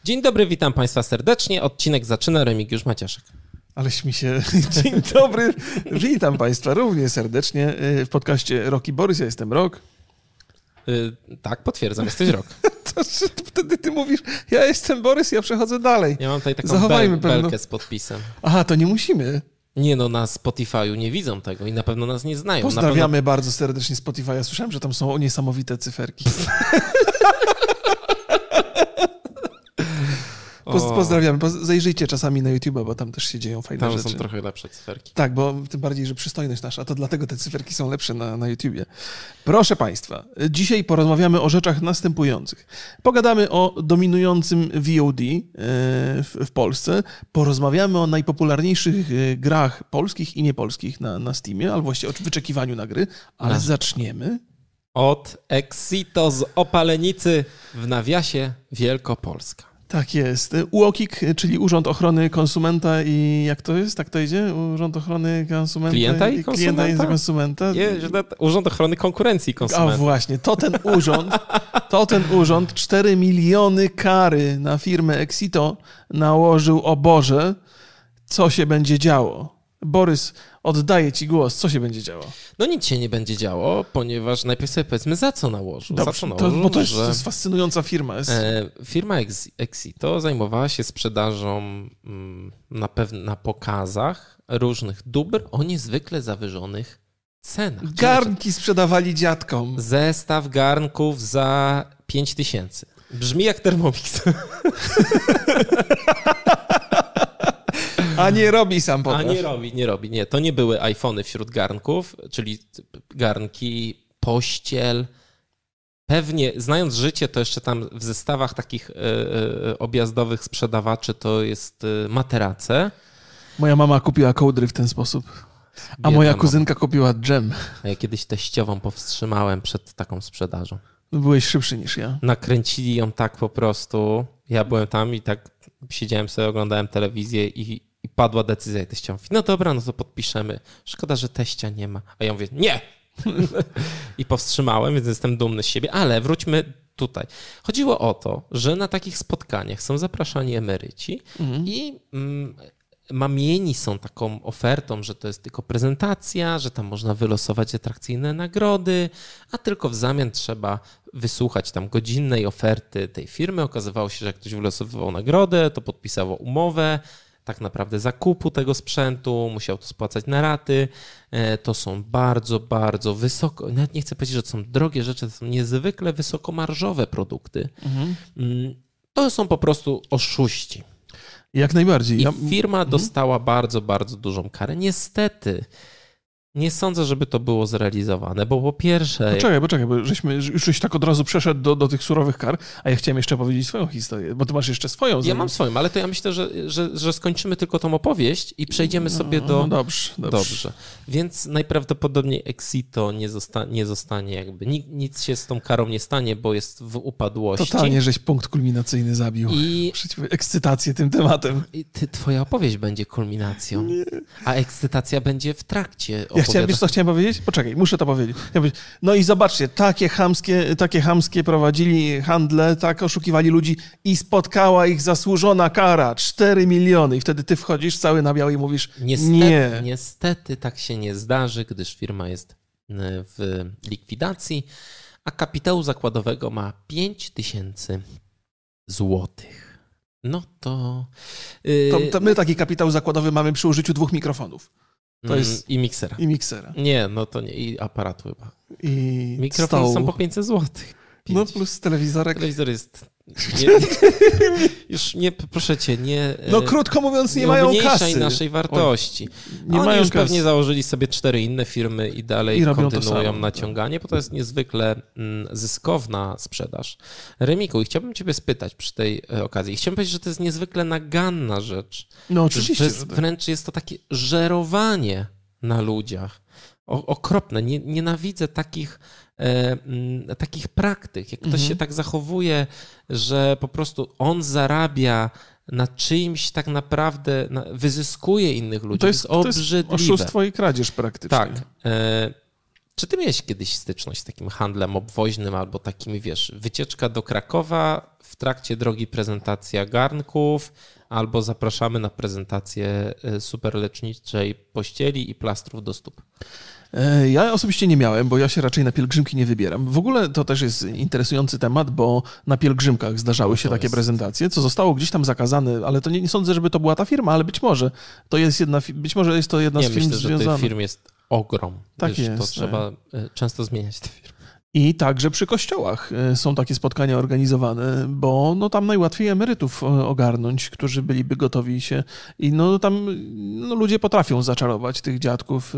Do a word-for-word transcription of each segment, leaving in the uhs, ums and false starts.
Dzień dobry, witam Państwa serdecznie. Odcinek zaczyna Remigiusz Maciaszek. Aleś mi się... Dzień dobry, witam Państwa również serdecznie w podcaście Rok i Borys. Ja jestem Rok. Yy, tak, potwierdzam, jesteś Rok. To, wtedy ty mówisz, ja jestem Borys, ja przechodzę dalej. Ja mam tutaj taką bel, belkę z podpisem. Aha, to nie musimy. Nie no, na Spotify'u nie widzą tego i na pewno nas nie znają. Pozdrawiamy pewno... bardzo serdecznie Spotify'a. Słyszałem, że tam są niesamowite cyferki. Po, pozdrawiamy. Zajrzyjcie czasami na YouTube'a, bo tam też się dzieją fajne tam rzeczy. Tam są trochę lepsze cyferki. Tak, bo tym bardziej, że przystojność nasza, to dlatego te cyferki są lepsze na, na YouTubie. Proszę Państwa, dzisiaj porozmawiamy o rzeczach następujących. Pogadamy o dominującym V O D w, w Polsce. Porozmawiamy o najpopularniejszych grach polskich i niepolskich na, na Steamie, albo właściwie o wyczekiwaniu na gry, ale na... zaczniemy... od Exito z Opalenicy, w nawiasie Wielkopolska. Tak jest. U O K I K, czyli Urząd Ochrony Konsumenta i jak to jest? Tak to idzie? Urząd Ochrony Konsumenta klienta i, i konsumenta. Klienta i konsumenta. Nie, Urząd Ochrony Konkurencji i Konsumenta. A właśnie, to ten urząd, to ten urząd cztery miliony kary na firmę Exito nałożył. O Boże, co się będzie działo? Borys, oddaję Ci głos. Co się będzie działo? No nic się nie będzie działo, ponieważ najpierw sobie powiedzmy, za co nałożył. Dobrze, za co nałożył, to, bo to jest, że... to jest fascynująca firma. Jest... E, firma Ex, Exito zajmowała się sprzedażą mm, na, pew- na pokazach różnych dóbr o niezwykle zawyżonych cenach. Garnki sprzedawali dziadkom. Zestaw garnków za pięć tysięcy. Brzmi jak Thermomix. A nie robi sam potraw. A nie robi, nie robi. Nie, to nie były iPhony wśród garnków, czyli garnki, pościel. Pewnie, znając życie, to jeszcze tam w zestawach takich y, y, objazdowych sprzedawaczy to jest y, materace. Moja mama kupiła kołdry w ten sposób. A Biedna moja mama. kuzynka kupiła dżem. A ja kiedyś teściową powstrzymałem przed taką sprzedażą. Byłeś szybszy niż ja. Nakręcili ją tak po prostu. Ja byłem tam i tak siedziałem sobie, oglądałem telewizję i I padła decyzja i teścia mówi, no dobra, no to podpiszemy. Szkoda, że teścia nie ma. A ja mówię, nie! I powstrzymałem, więc jestem dumny z siebie. Ale wróćmy tutaj. Chodziło o to, że na takich spotkaniach są zapraszani emeryci mhm. i mm, mamieni są taką ofertą, że to jest tylko prezentacja, że tam można wylosować atrakcyjne nagrody, a tylko w zamian trzeba wysłuchać tam godzinnej oferty tej firmy. Okazywało się, że jak ktoś wylosowywał nagrodę, to podpisało umowę, tak naprawdę zakupu tego sprzętu, musiał to spłacać na raty. To są bardzo, bardzo wysoko, nawet nie chcę powiedzieć, że to są drogie rzeczy, to są niezwykle wysokomarżowe produkty. Mhm. To są po prostu oszuści. Jak najbardziej. I ja... firma mhm. dostała bardzo, bardzo dużą karę. Niestety nie sądzę, żeby to było zrealizowane, bo po pierwsze... Poczekaj, poczekaj, bo żeśmy, już żeś tak od razu przeszedł do, do tych surowych kar, a ja chciałem jeszcze powiedzieć swoją historię, bo ty masz jeszcze swoją. Ja zanim... mam swoją, ale to ja myślę, że, że, że skończymy tylko tą opowieść i przejdziemy sobie do... No dobrze, dobrze. dobrze. Więc najprawdopodobniej Exito nie, zosta... nie zostanie jakby... Nic się z tą karą nie stanie, bo jest w upadłości. Totalnie, żeś punkt kulminacyjny zabił. I... Ekscytację tym tematem. I ty, twoja opowieść będzie kulminacją, nie. A ekscytacja będzie w trakcie. Ja chciałem, wiesz co chciałem powiedzieć? Poczekaj, muszę to powiedzieć. No i zobaczcie, takie chamskie, takie chamskie prowadzili handle, tak oszukiwali ludzi i spotkała ich zasłużona kara, cztery miliony. I wtedy ty wchodzisz cały na biało i mówisz niestety, nie. Niestety tak się nie zdarzy, gdyż firma jest w likwidacji, a kapitału zakładowego ma pięć tysięcy złotych. No to... Yy... To, to my taki kapitał zakładowy mamy przy użyciu dwóch mikrofonów. To jest... I miksera. I miksera. Nie, no to nie. I aparatu chyba. I mikrofony stołu. są po pięćset złotych. No plus telewizorek. Telewizor jest... Nie, już nie, proszę cię, nie... No krótko mówiąc, nie, nie mają umniejszaj kasy. naszej wartości. Nie Oni mają już kasy. pewnie założyli sobie cztery inne firmy i dalej I kontynuują naciąganie, bo to jest niezwykle mm, zyskowna sprzedaż. Remiku, chciałbym ciebie spytać przy tej okazji. Chciałbym powiedzieć, że to jest niezwykle naganna rzecz. No oczywiście. To jest, wręcz jest to takie żerowanie na ludziach. O, okropne. Nie, nienawidzę takich, e, m, takich praktyk. Jak ktoś mhm. się tak zachowuje, że po prostu on zarabia na czymś tak naprawdę, na, wyzyskuje innych ludzi. To jest, to jest obrzydliwe. To jest oszustwo i kradzież praktycznie. Tak. E, Czy ty miałeś kiedyś styczność z takim handlem obwoźnym albo takimi, wiesz, wycieczka do Krakowa, w trakcie drogi prezentacja garnków, albo zapraszamy na prezentację superleczniczej pościeli i plastrów do stóp? Ja osobiście nie miałem, bo ja się raczej na pielgrzymki nie wybieram. W ogóle to też jest interesujący temat, bo na pielgrzymkach zdarzały się takie jest. prezentacje, co zostało gdzieś tam zakazane, ale to nie, nie sądzę, żeby to była ta firma, ale być może to jest jedna, być może jest to jedna nie, z firm myślę, związanych. Że tych firm jest ogrom. Tak Wiesz, jest. To trzeba nie. często zmieniać te firmy. I także przy kościołach są takie spotkania organizowane, bo no tam najłatwiej emerytów ogarnąć, którzy byliby gotowi się i no tam no ludzie potrafią zaczarować tych dziadków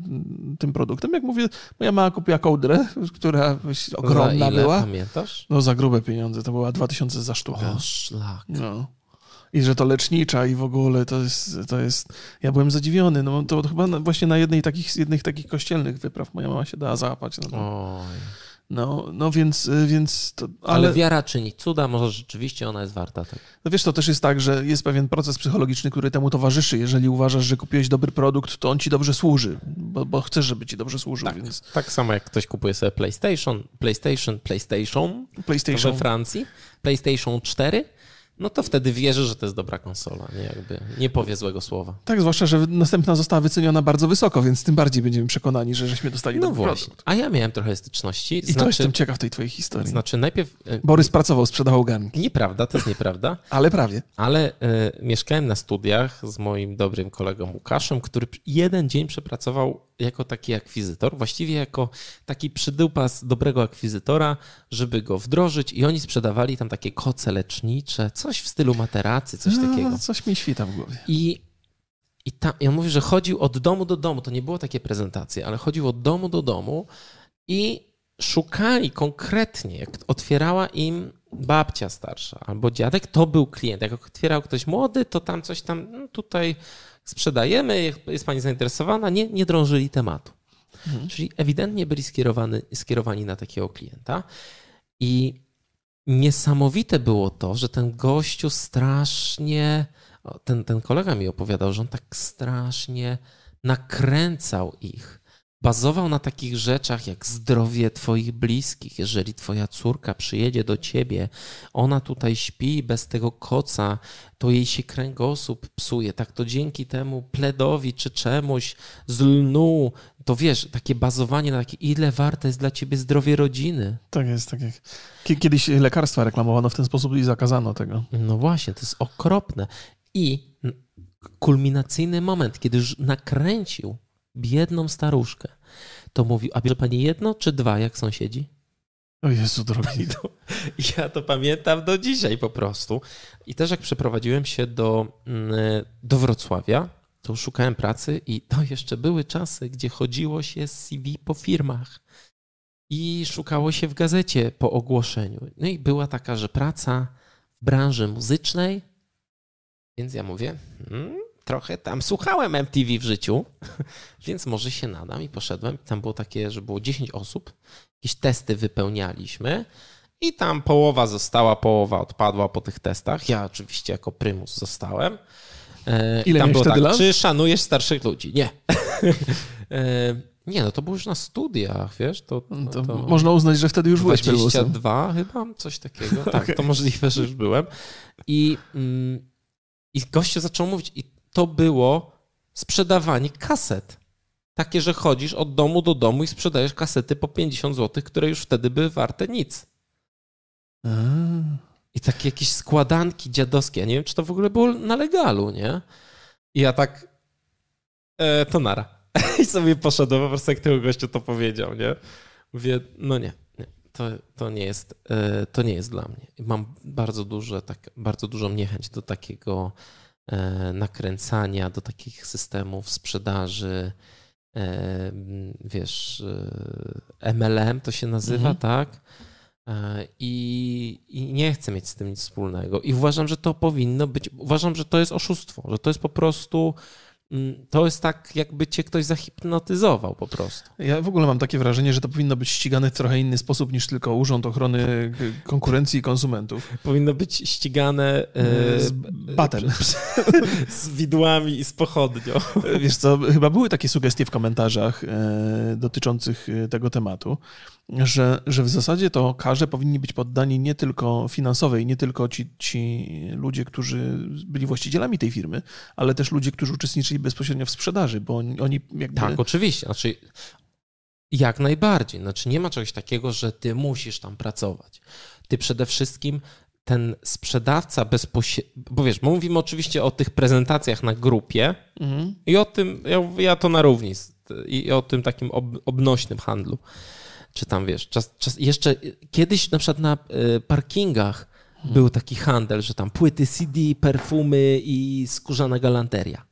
tym produktem. Jak mówię, moja mama kupiła kołdrę, która ogromna za ile, była. Pamiętasz? No za grube pieniądze, to była dwa tysiące za sztukę. O szlak. No. I że to lecznicza i w ogóle to jest, to jest... Ja byłem zadziwiony, no to chyba właśnie na jednej takich, jednych takich kościelnych wypraw moja mama się dała załapać. No, Oj. no, no więc... więc to, ale... ale wiara czyni cuda, może rzeczywiście ona jest warta tego. No wiesz, to też jest tak, że jest pewien proces psychologiczny, który temu towarzyszy. Jeżeli uważasz, że kupiłeś dobry produkt, to on ci dobrze służy, bo, bo chcesz, żeby ci dobrze służył. Tak, więc... tak samo jak ktoś kupuje sobie PlayStation, PlayStation, PlayStation, PlayStation. we Francji, PlayStation cztery, no to wtedy wierzy, że to jest dobra konsola, nie jakby nie powie złego słowa. Tak, zwłaszcza, że następna została wyceniona bardzo wysoko, więc tym bardziej będziemy przekonani, że żeśmy dostali no dobry właśnie. produkt. A ja miałem trochę styczności. I znaczy, to jestem ciekaw tej twojej historii. Znaczy najpierw... Borys pracował, sprzedawał garnki. Nieprawda, to jest nieprawda. Ale prawie. Ale y, mieszkałem na studiach z moim dobrym kolegą Łukaszem, który jeden dzień przepracował jako taki akwizytor, właściwie jako taki przydupas dobrego akwizytora, żeby go wdrożyć i oni sprzedawali tam takie koce lecznicze, coś w stylu materacy, coś no, takiego. Coś mi świta w głowie. I, i, tam, i on mówi, że chodził od domu do domu, to nie było takie prezentacje, ale chodził od domu do domu i szukali konkretnie, jak otwierała im babcia starsza albo dziadek, to był klient. Jak otwierał ktoś młody, to tam coś tam, no tutaj sprzedajemy, jest pani zainteresowana, nie, nie drążyli tematu. Mhm. Czyli ewidentnie byli skierowani, skierowani na takiego klienta i niesamowite było to, że ten gościu strasznie, ten, ten kolega mi opowiadał, że on tak strasznie nakręcał ich. Bazował na takich rzeczach jak zdrowie twoich bliskich. Jeżeli twoja córka przyjedzie do ciebie, ona tutaj śpi bez tego koca, to jej się kręgosłup psuje. Tak to dzięki temu pledowi czy czemuś z lnu, to wiesz, takie bazowanie na takie, ile warte jest dla ciebie zdrowie rodziny. Tak jest, tak jak kiedyś lekarstwa reklamowano w ten sposób i zakazano tego. No właśnie, to jest okropne. I kulminacyjny moment, kiedy już nakręcił biedną staruszkę, to mówił, a bierze pani jedno czy dwa, jak sąsiedzi? O Jezu drogi. To, ja to pamiętam do dzisiaj po prostu. I też jak przeprowadziłem się do, do Wrocławia, to szukałem pracy i to jeszcze były czasy, gdzie chodziło się z C V po firmach i szukało się w gazecie po ogłoszeniu. No i była taka, że praca w branży muzycznej, więc ja mówię, hmm, trochę tam słuchałem M T V w życiu, więc może się nadam i poszedłem. Tam było takie, że było dziesięć osób, jakieś testy wypełnialiśmy i tam połowa została, połowa odpadła po tych testach. Ja oczywiście jako prymus zostałem. Ile tam było wtedy tak, lat? czy szanujesz starszych ludzi? Nie. Nie, no to było już na studiach, wiesz. To, to, to to można uznać, że wtedy już byłeś dwadzieścia dwa chyba, coś takiego. Tak, okay. To możliwe, że już byłem. I, I gościu zaczął mówić i to było sprzedawanie kaset. Takie, że chodzisz od domu do domu i sprzedajesz kasety po pięćdziesiąt złotych, które już wtedy były warte nic. A. I takie jakieś składanki dziadowskie. Ja nie wiem, czy to w ogóle było na legalu, nie? I ja tak, e, to nara. I sobie poszedłem, po prostu jak tego gościu to powiedział, nie? Mówię, no nie, nie. To, to, nie jest, e, to nie jest dla mnie. Mam bardzo, duże, tak, bardzo dużą niechęć do takiego e, nakręcania, do takich systemów sprzedaży. E, wiesz, e, M L M to się nazywa, mhm. tak? I, I nie chcę mieć z tym nic wspólnego. I uważam, że to powinno być, uważam, że to jest oszustwo, że to jest po prostu to jest tak, jakby cię ktoś zahipnotyzował po prostu. Ja w ogóle mam takie wrażenie, że to powinno być ścigane w trochę inny sposób niż tylko Urząd Ochrony Konkurencji i Konsumentów. Powinno być ścigane e, z batem. Z widłami i z pochodnią. Wiesz co, chyba były takie sugestie w komentarzach e, dotyczących tego tematu, że, że w zasadzie to karze powinni być poddani nie tylko finansowej, nie tylko ci, ci ludzie, którzy byli właścicielami tej firmy, ale też ludzie, którzy uczestniczyli bezpośrednio w sprzedaży, bo oni, oni jakby... Tak, oczywiście. Znaczy, jak najbardziej. Znaczy, nie ma czegoś takiego, że ty musisz tam pracować. Ty przede wszystkim ten sprzedawca bezpośrednio... Bo wiesz, mówimy oczywiście o tych prezentacjach na grupie mhm. i o tym, ja, ja to na równi, i o tym takim ob, obnośnym handlu. Czy tam, wiesz, czas, czas, jeszcze kiedyś na przykład na y, parkingach hmm. był taki handel, że tam płyty C D, perfumy i skórzana galanteria.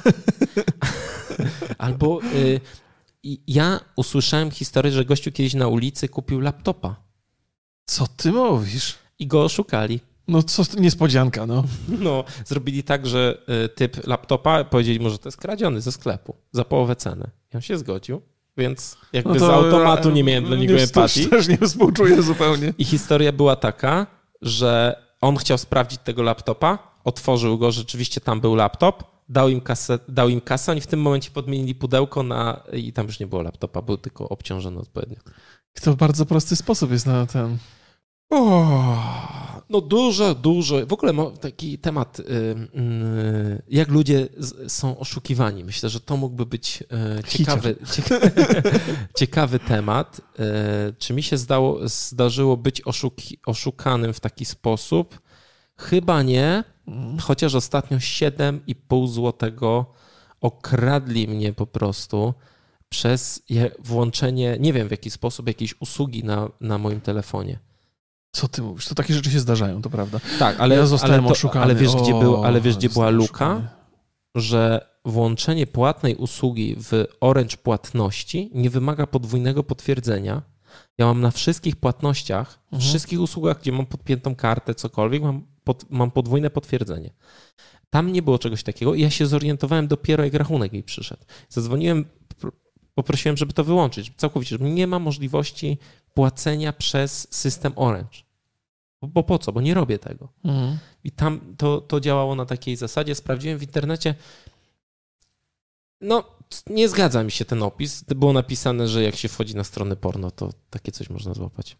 Albo y, ja usłyszałem historię, że gościu kiedyś na ulicy kupił laptopa. Co ty mówisz? I go oszukali. No co, niespodzianka, no. No, zrobili tak, że y, typ laptopa, powiedzieli mu, że to jest kradziony ze sklepu za połowę ceny. I on się zgodził. Więc jakby no z automatu nie miałem dla niego empatii. Też nie współczuję zupełnie. I historia była taka, że on chciał sprawdzić tego laptopa, otworzył go, rzeczywiście tam był laptop, dał im kasę, dał im kasę, oni w tym momencie podmienili pudełko na i tam już nie było laptopa, był tylko obciążony odpowiednio. To bardzo prosty sposób jest na ten... Oh, no dużo, dużo. W ogóle taki temat, jak ludzie są oszukiwani. Myślę, że to mógłby być ciekawy, ciekawy, ciekawy temat. Czy mi się zdało, zdarzyło być oszuki, oszukanym w taki sposób? Chyba nie, chociaż ostatnio siedem i pół złotego okradli mnie po prostu przez włączenie, nie wiem w jaki sposób, jakiejś usługi na, na moim telefonie. Co ty mówisz? To takie rzeczy się zdarzają, to prawda. Tak, ale ja zostałem ale to, oszukany. Ale wiesz, gdzie, był, ale wiesz, gdzie była luka? Oszukany. Że włączenie płatnej usługi w Orange Płatności nie wymaga podwójnego potwierdzenia. Ja mam na wszystkich płatnościach, mhm. wszystkich usługach, gdzie mam podpiętą kartę, cokolwiek, mam, pod, mam podwójne potwierdzenie. Tam nie było czegoś takiego i ja się zorientowałem dopiero, jak rachunek jej przyszedł. Zadzwoniłem, poprosiłem, żeby to wyłączyć całkowicie, że nie ma możliwości płacenia przez system Orange. Bo, bo po co? Bo nie robię tego. Mhm. I tam to, to działało na takiej zasadzie. Sprawdziłem w internecie. No, nie zgadza mi się ten opis. Było napisane, że jak się wchodzi na stronę porno, to takie coś można złapać.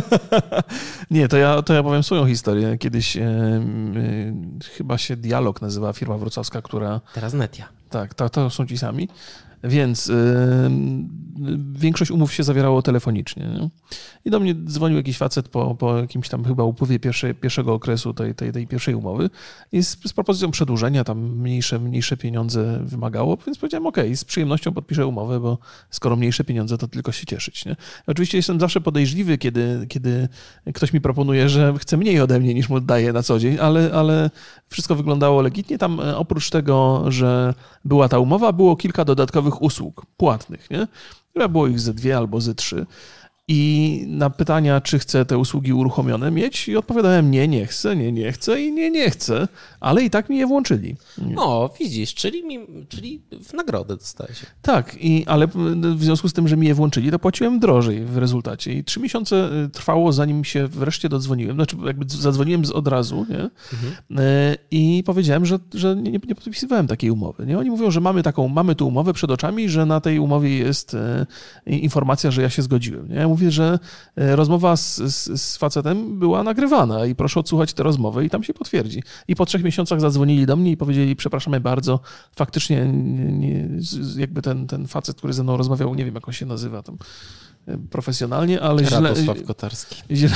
Nie, to ja, to ja powiem swoją historię. Kiedyś e, e, chyba się Dialog nazywa firma wrocławska, która... Teraz Netia. Tak, to, to są ci sami. Więc yy, większość umów się zawierało telefonicznie. Nie? I do mnie dzwonił jakiś facet po, po jakimś tam chyba upływie pierwszej, pierwszego okresu tej, tej, tej pierwszej umowy i z, z propozycją przedłużenia, tam mniejsze, mniejsze pieniądze wymagało, więc powiedziałem okej, okay, z przyjemnością podpiszę umowę, bo skoro mniejsze pieniądze, to tylko się cieszyć. Nie? Oczywiście jestem zawsze podejrzliwy, kiedy, kiedy ktoś mi proponuje, że chce mniej ode mnie niż mu daje na co dzień, ale, ale wszystko wyglądało legitnie. Tam oprócz tego, że była ta umowa, było kilka dodatkowych usług płatnych, nie? Chyba było ich ze dwie albo ze trzy. I na pytania, czy chcę te usługi uruchomione mieć, i odpowiadałem nie, nie chcę, nie, nie chcę i nie, nie chcę, ale i tak mi je włączyli. Nie. O, widzisz, czyli, mi, czyli w nagrodę dostaje się. Tak, i, ale w związku z tym, że mi je włączyli, to płaciłem drożej w rezultacie. I trzy miesiące trwało, zanim się wreszcie dodzwoniłem. Znaczy, jakby zadzwoniłem od razu, nie? Mhm. I powiedziałem, że, że nie, nie podpisywałem takiej umowy. Nie? Oni mówią, że mamy taką, mamy tu umowę przed oczami, że na tej umowie jest informacja, że ja się zgodziłem. Nie? Ja mówię, że rozmowa z, z, z facetem była nagrywana i proszę odsłuchać tę rozmowę i tam się potwierdzi. I po trzech miesiącach zadzwonili do mnie i powiedzieli, przepraszamy bardzo, faktycznie nie, jakby ten, ten facet, który ze mną rozmawiał, nie wiem jak on się nazywa tam profesjonalnie, ale Radosław źle, Kotarski. Źle,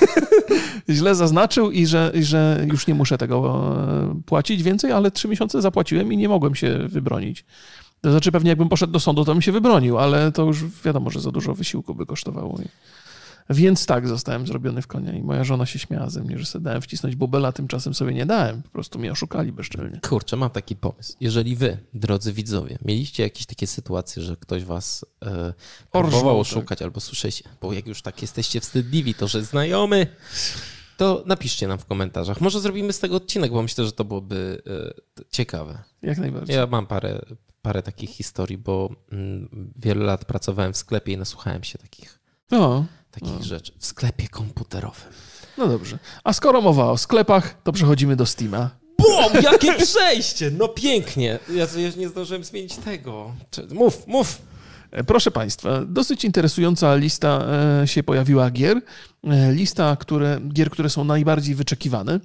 źle zaznaczył i że, że już nie muszę tego płacić więcej, ale trzy miesiące zapłaciłem i nie mogłem się wybronić. To znaczy pewnie jakbym poszedł do sądu, to bym się wybronił, ale to już wiadomo, że za dużo wysiłku by kosztowało. Więc tak, zostałem zrobiony w konia i moja żona się śmiała ze mnie, że sobie dałem wcisnąć bubela, tymczasem sobie nie dałem. Po prostu mnie oszukali bezczelnie. Kurczę, mam taki pomysł. Jeżeli wy, drodzy widzowie, mieliście jakieś takie sytuacje, że ktoś was e, próbował oszukać, tak, albo słyszeliście, bo jak już tak jesteście wstydliwi, to że znajomy To napiszcie nam w komentarzach. Może zrobimy z tego odcinek, bo myślę, że to byłoby y, ciekawe. Jak najbardziej. Ja mam parę, parę takich historii, bo mm, wiele lat pracowałem w sklepie i nasłuchałem się takich, o, takich o. rzeczy. W sklepie komputerowym. No dobrze. A skoro mowa o sklepach, to przechodzimy do Steama. Bum! Jakie przejście! No pięknie. Ja już nie zdążyłem zmienić tego. Mów, mów. Proszę Państwa, dosyć interesująca lista e, się pojawiła gier. E, lista które, gier, które są najbardziej wyczekiwane.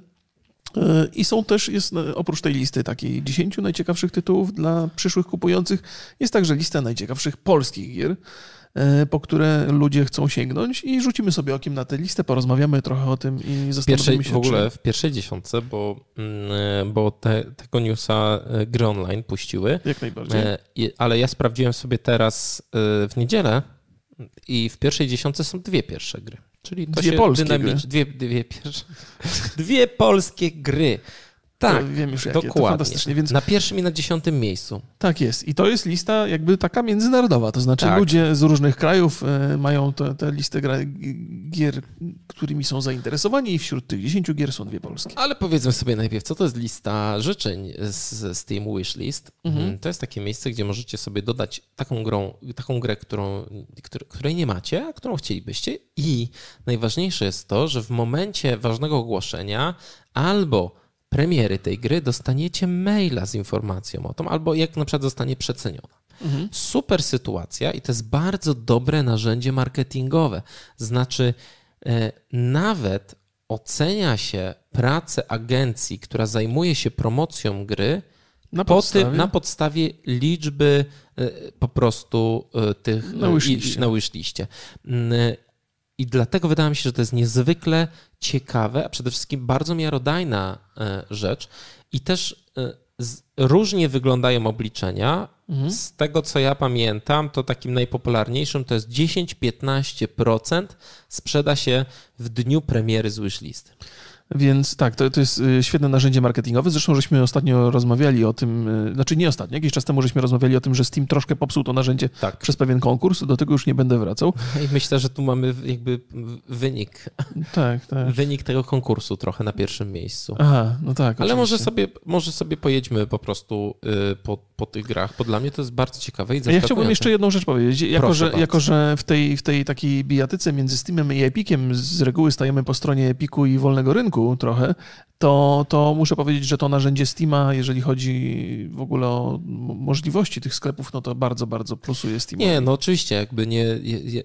E, I są też, jest e, oprócz tej listy takiej dziesięciu najciekawszych tytułów dla przyszłych kupujących, jest także lista najciekawszych polskich gier, e, po które ludzie chcą sięgnąć i rzucimy sobie okiem na tę listę, porozmawiamy trochę o tym i zastanowimy Pierwszej, się, w ogóle czy... w pierwszej dziesiątce, bo, mm, bo te, tego newsa gry online puściły. Jak najbardziej. E, i- Ale ja sprawdziłem sobie teraz e, w niedzielę i w pierwszej dziesiątce są dwie pierwsze gry. Czyli to Dwie się polskie dynamicz- gry. Dwie, dwie, pierwsze, dwie polskie gry. Tak, To wiem już jakie, to dokładnie. fantastycznie, więc Na pierwszym i na dziesiątym miejscu. tak jest. I to jest lista jakby taka międzynarodowa. To znaczy Tak. ludzie z różnych krajów e, mają tę te listę gra, gier, którymi są zainteresowani i wśród tych dziesięciu gier są dwie polskie. Ale powiedzmy sobie najpierw, co to jest lista życzeń z Steam Wishlist. Mhm. To jest takie miejsce, gdzie możecie sobie dodać taką, grą, taką grę, którą, któr- której nie macie, a którą chcielibyście. I najważniejsze jest to, że w momencie ważnego ogłoszenia albo premiery tej gry dostaniecie maila z informacją o tym, albo jak na przykład zostanie przeceniona. Mhm. Super sytuacja i to jest bardzo dobre narzędzie marketingowe. Znaczy, e, nawet ocenia się pracę agencji, która zajmuje się promocją gry Na po podstawie, ty, na podstawie liczby e, po prostu e, tych Na e, wishliście. i- na wishliście. Mm, I dlatego wydaje mi się, że to jest niezwykle ciekawe, a przede wszystkim bardzo miarodajna e, rzecz. I też e, z, różnie wyglądają obliczenia. Mhm. Z tego, co ja pamiętam, to takim najpopularniejszym to jest dziesięć do piętnastu procent sprzeda się w dniu premiery z wishlisty. Więc tak, to, to jest y, świetne narzędzie marketingowe. Zresztą żeśmy ostatnio rozmawiali o tym, y, znaczy nie ostatnio, jakiś czas temu żeśmy rozmawiali o tym, że Steam troszkę popsuł to narzędzie Tak. przez pewien konkurs. Do tego już nie będę wracał. I myślę, że tu mamy jakby wynik, Tak, tak. wynik tego konkursu trochę na pierwszym miejscu. Aha, no tak. Ale może oczywiście. sobie, może sobie pojedźmy po prostu y, po, po tych grach, bo dla mnie to jest bardzo ciekawe i Ja chciałbym zaskakujące. jeszcze jedną rzecz powiedzieć. Jako, Proszę że, bardzo. jako że w tej, w tej takiej bijatyce między Steamem i Epiciem z reguły stajemy po stronie Epiku i wolnego rynku trochę, to, to muszę powiedzieć, że to narzędzie Steama, jeżeli chodzi w ogóle o m- możliwości tych sklepów, no to bardzo, bardzo plusuje Steamowi. Nie, no oczywiście, jakby nie... Ja, ja,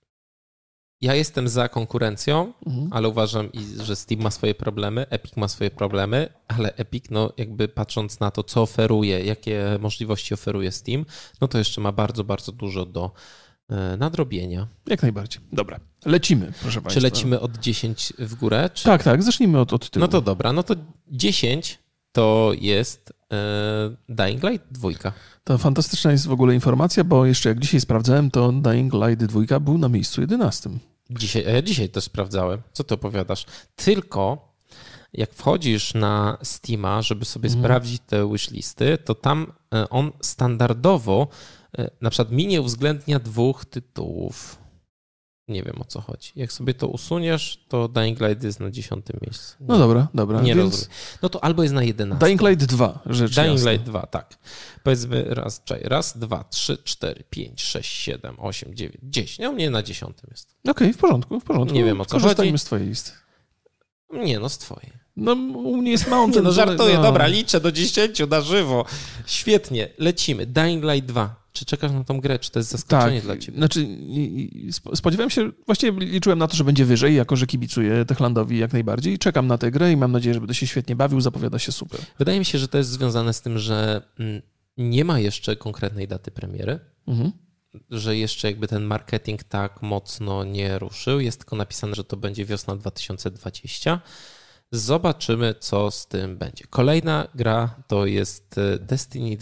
ja jestem za konkurencją, Mhm. ale uważam, i- że Steam ma swoje problemy, Epic ma swoje problemy, ale Epic, no jakby patrząc na to, co oferuje, jakie możliwości oferuje Steam, no to jeszcze ma bardzo, bardzo dużo do e, nadrobienia. Jak najbardziej. Dobra, lecimy, proszę Państwa. Czy lecimy od dziesięć w górę? Czy... Tak, tak, zacznijmy od, od tyłu. No to dobra, no to dziesięć to jest e, Dying Light dwójka. To fantastyczna jest w ogóle informacja, bo jeszcze jak dzisiaj sprawdzałem, to Dying Light dwa był na miejscu jedenastym. Dzisiaj, a ja dzisiaj też sprawdzałem. Co ty opowiadasz? Tylko jak wchodzisz na Steama, żeby sobie Mhm. sprawdzić te wishlisty, to tam e, on standardowo e, na przykład mi nie uwzględnia dwóch tytułów. Nie wiem, o co chodzi. Jak sobie to usuniesz, to Dying Light jest na dziesiątym miejscu. No dobra, dobra. Nie więc rozumiem. No to albo jest na jedenastym. Dying Light dwa, rzecz Dying jasna. Light dwa, tak. Powiedzmy raz, czekaj, raz, dwa, trzy, cztery, pięć, sześć, siedem, osiem, dziewięć, dziesięć. No mnie na dziesiątym jest. Okej, w porządku, w porządku. Nie wiem, o co Korzystajmy chodzi. z twojej listy. Nie, no z twojej. No u mnie jest mountain. Nie, no to- żartuję, no. dobra, liczę do dziesięciu na żywo. Świetnie, lecimy. Dying Light dwa. Czy czekasz na tą grę, czy to jest zaskoczenie Tak, dla ciebie? znaczy i- i spo- spodziewałem się, właściwie liczyłem na to, że będzie wyżej, jako że kibicuję Techlandowi jak najbardziej. Czekam na tę grę i mam nadzieję, że będę się świetnie bawił, zapowiada się super. Wydaje mi się, że to jest związane z tym, że mm, nie ma jeszcze konkretnej daty premiery, Mhm. że jeszcze jakby ten marketing tak mocno nie ruszył. Jest tylko napisane, że to będzie wiosna dwa tysiące dwudziesta. Zobaczymy, co z tym będzie. Kolejna gra to jest e, Destiny dwa.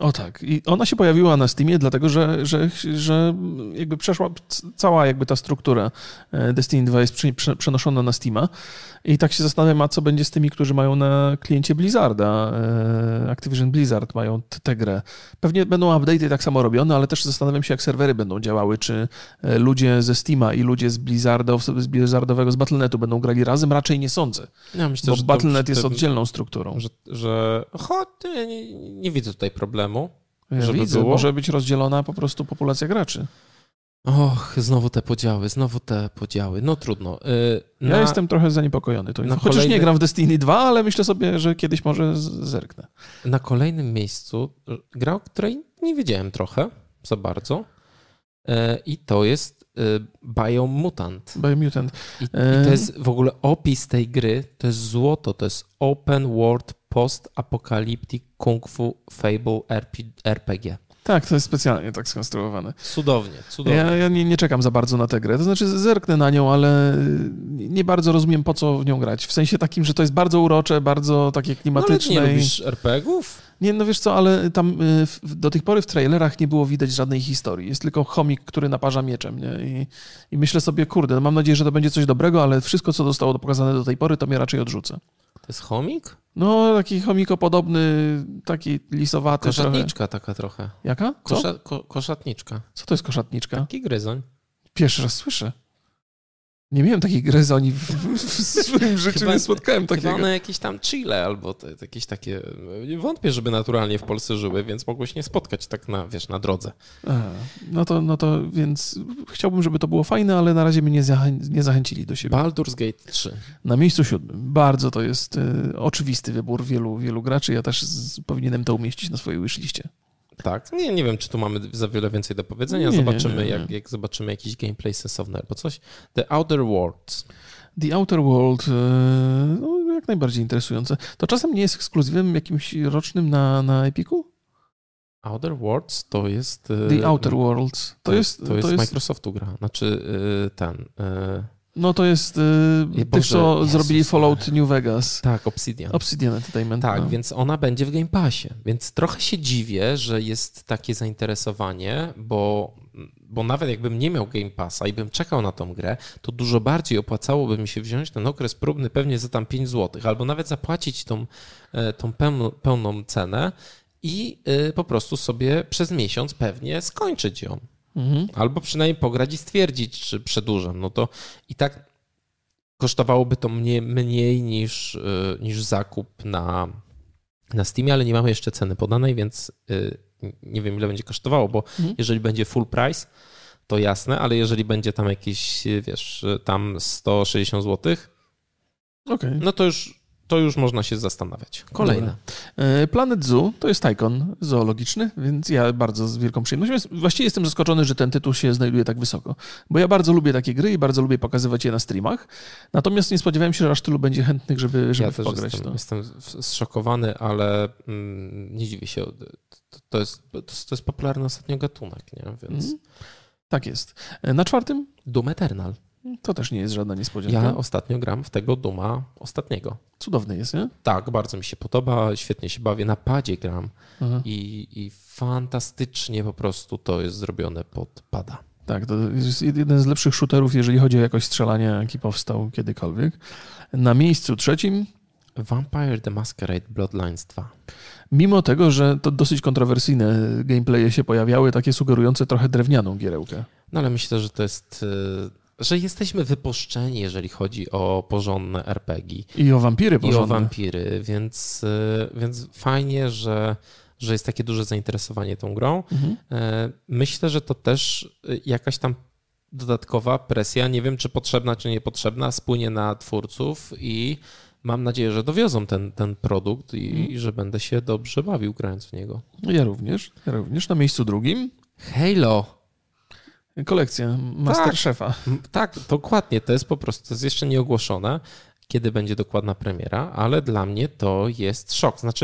O tak. I ona się pojawiła na Steamie, dlatego że, że, że jakby przeszła cała jakby ta struktura Destiny dwa jest przenoszona na Steama i tak się zastanawiam, a co będzie z tymi, którzy mają na kliencie Blizzarda. Activision Blizzard mają tę grę. Pewnie będą update'y tak samo robione, ale też zastanawiam się, jak serwery będą działały, czy ludzie ze Steama i ludzie z Blizzarda, z Blizzardowego, z Battle dot netu będą grali razem? Raczej nie sądzę. Ja myślę, bo że Battle dot net to, jest to, oddzielną strukturą. Że, że cho, ja nie, nie widzę tutaj problemu. Ja żeby widzę, było. Może być rozdzielona po prostu populacja graczy. Och, znowu te podziały, znowu te podziały. No trudno. Yy, ja na, jestem trochę zaniepokojony. To na Chociaż kolejny... nie gram w Destiny dwa, ale myślę sobie, że kiedyś może zerknę. Na kolejnym miejscu gra, o której nie wiedziałem trochę za bardzo. Yy, I to jest yy, Biomutant. Biomutant. I, I to jest w ogóle opis tej gry, to jest złoto, to jest Open World Post-Apocalyptic Kung Fu Fable R P G. Tak, to jest specjalnie tak skonstruowane. Cudownie, cudownie. Ja, ja nie, nie czekam za bardzo na tę grę. To znaczy zerknę na nią, ale nie bardzo rozumiem, po co w nią grać. W sensie takim, że to jest bardzo urocze, bardzo takie klimatyczne. No ale nie i... lubisz er pe gie-ów? Nie, no wiesz co, ale tam do tej pory w trailerach nie było widać żadnej historii. Jest tylko chomik, który naparza mieczem. Nie? I, I myślę sobie, kurde, no mam nadzieję, że to będzie coś dobrego, ale wszystko, co zostało pokazane do tej pory, to mnie raczej odrzucę. To jest chomik? No, taki chomikopodobny, taki lisowaty. Koszatniczka trochę. taka trochę. Jaka? Co? Kosza, ko, koszatniczka. Co to jest koszatniczka? Taki gryzoń. Pierwszy raz słyszę. Nie miałem takiej gryzoni w, w, w swoim życiu, chyba, nie spotkałem takiego. Chyba one jakieś tam Chile albo te, jakieś takie... Wątpię, żeby naturalnie w Polsce żyły, więc mogłeś nie spotkać tak na, wiesz, na drodze. Aha, no to, no to więc chciałbym, żeby to było fajne, ale na razie mnie nie, zachę- nie zachęcili do siebie. Baldur's Gate trzy. Na miejscu siódmym. Bardzo to jest y, oczywisty wybór wielu, wielu graczy. Ja też z, powinienem to umieścić na swojej wishliście. Tak, nie, nie wiem, czy tu mamy za wiele więcej do powiedzenia. Nie, zobaczymy, nie, nie, nie. Jak, jak zobaczymy jakiś gameplay sensowny albo coś. The Outer Worlds. The Outer World, y, no, jak najbardziej interesujące. To czasem nie jest ekskluzywem jakimś rocznym na, na Epiku? Outer Worlds to jest... The Outer Worlds. To, to jest, to jest, to jest Microsoftu gra. Znaczy ten... No to jest y, tych, co Jezus, zrobili Fallout New Vegas. Tak, Obsidian. Obsidian Entertainment. Tak, no. więc ona będzie w Game Passie. Więc trochę się dziwię, że jest takie zainteresowanie, bo, bo nawet jakbym nie miał Game Passa i bym czekał na tą grę, to dużo bardziej opłacałoby mi się wziąć ten okres próbny pewnie za tam pięć złotych, albo nawet zapłacić tą, tą pełną, pełną cenę i po prostu sobie przez miesiąc pewnie skończyć ją. Mhm. Albo przynajmniej pograć i stwierdzić, czy przedłużam. No to i tak kosztowałoby to mnie mniej niż, niż zakup na, na Steamie, ale nie mamy jeszcze ceny podanej, więc nie wiem, ile będzie kosztowało, bo mhm. jeżeli będzie full price, to jasne, ale jeżeli będzie tam jakieś, wiesz, tam sto sześćdziesiąt złotych, okay. no to już to już można się zastanawiać. Kolejne. Dobra. Planet Zoo to jest Tycoon zoologiczny, więc ja bardzo z wielką przyjemnością. Właściwie jestem zaskoczony, że ten tytuł się znajduje tak wysoko, bo ja bardzo lubię takie gry i bardzo lubię pokazywać je na streamach, natomiast nie spodziewałem się, że aż tylu będzie chętnych, żeby, żeby ja też pograć. Jestem, to. jestem zszokowany, ale mm, nie dziwię się. To jest, to jest popularny ostatnio gatunek, nie? Więc... Mm, tak jest. Na czwartym? Doom Eternal. To też nie jest żadna niespodzianka. Ja ostatnio gram w tego Duma ostatniego. Cudowny jest, nie? Tak, bardzo mi się podoba, świetnie się bawię. Na padzie gram i, i fantastycznie po prostu to jest zrobione pod pada. Tak, to jest jeden z lepszych shooterów, jeżeli chodzi o jakość strzelania, jaki powstał kiedykolwiek. Na miejscu trzecim Vampire the Masquerade Bloodlines dwa. Mimo tego, że to dosyć kontrowersyjne gameplaye się pojawiały, takie sugerujące trochę drewnianą gierałkę. No ale myślę, że to jest... że jesteśmy wypuszczeni, jeżeli chodzi o porządne er pe gie. I o wampiry porządne. I o wampiry, więc, więc fajnie, że, że jest takie duże zainteresowanie tą grą. Mhm. Myślę, że to też jakaś tam dodatkowa presja, nie wiem czy potrzebna, czy niepotrzebna, spłynie na twórców i mam nadzieję, że dowiozą ten, ten produkt i, mhm. i że będę się dobrze bawił grając w niego. Ja również. Ja również. Na miejscu drugim Halo. Kolekcja Masterchefa. Tak, tak, dokładnie. To jest po prostu, to jest jeszcze nieogłoszone, kiedy będzie dokładna premiera, ale dla mnie to jest szok. Znaczy,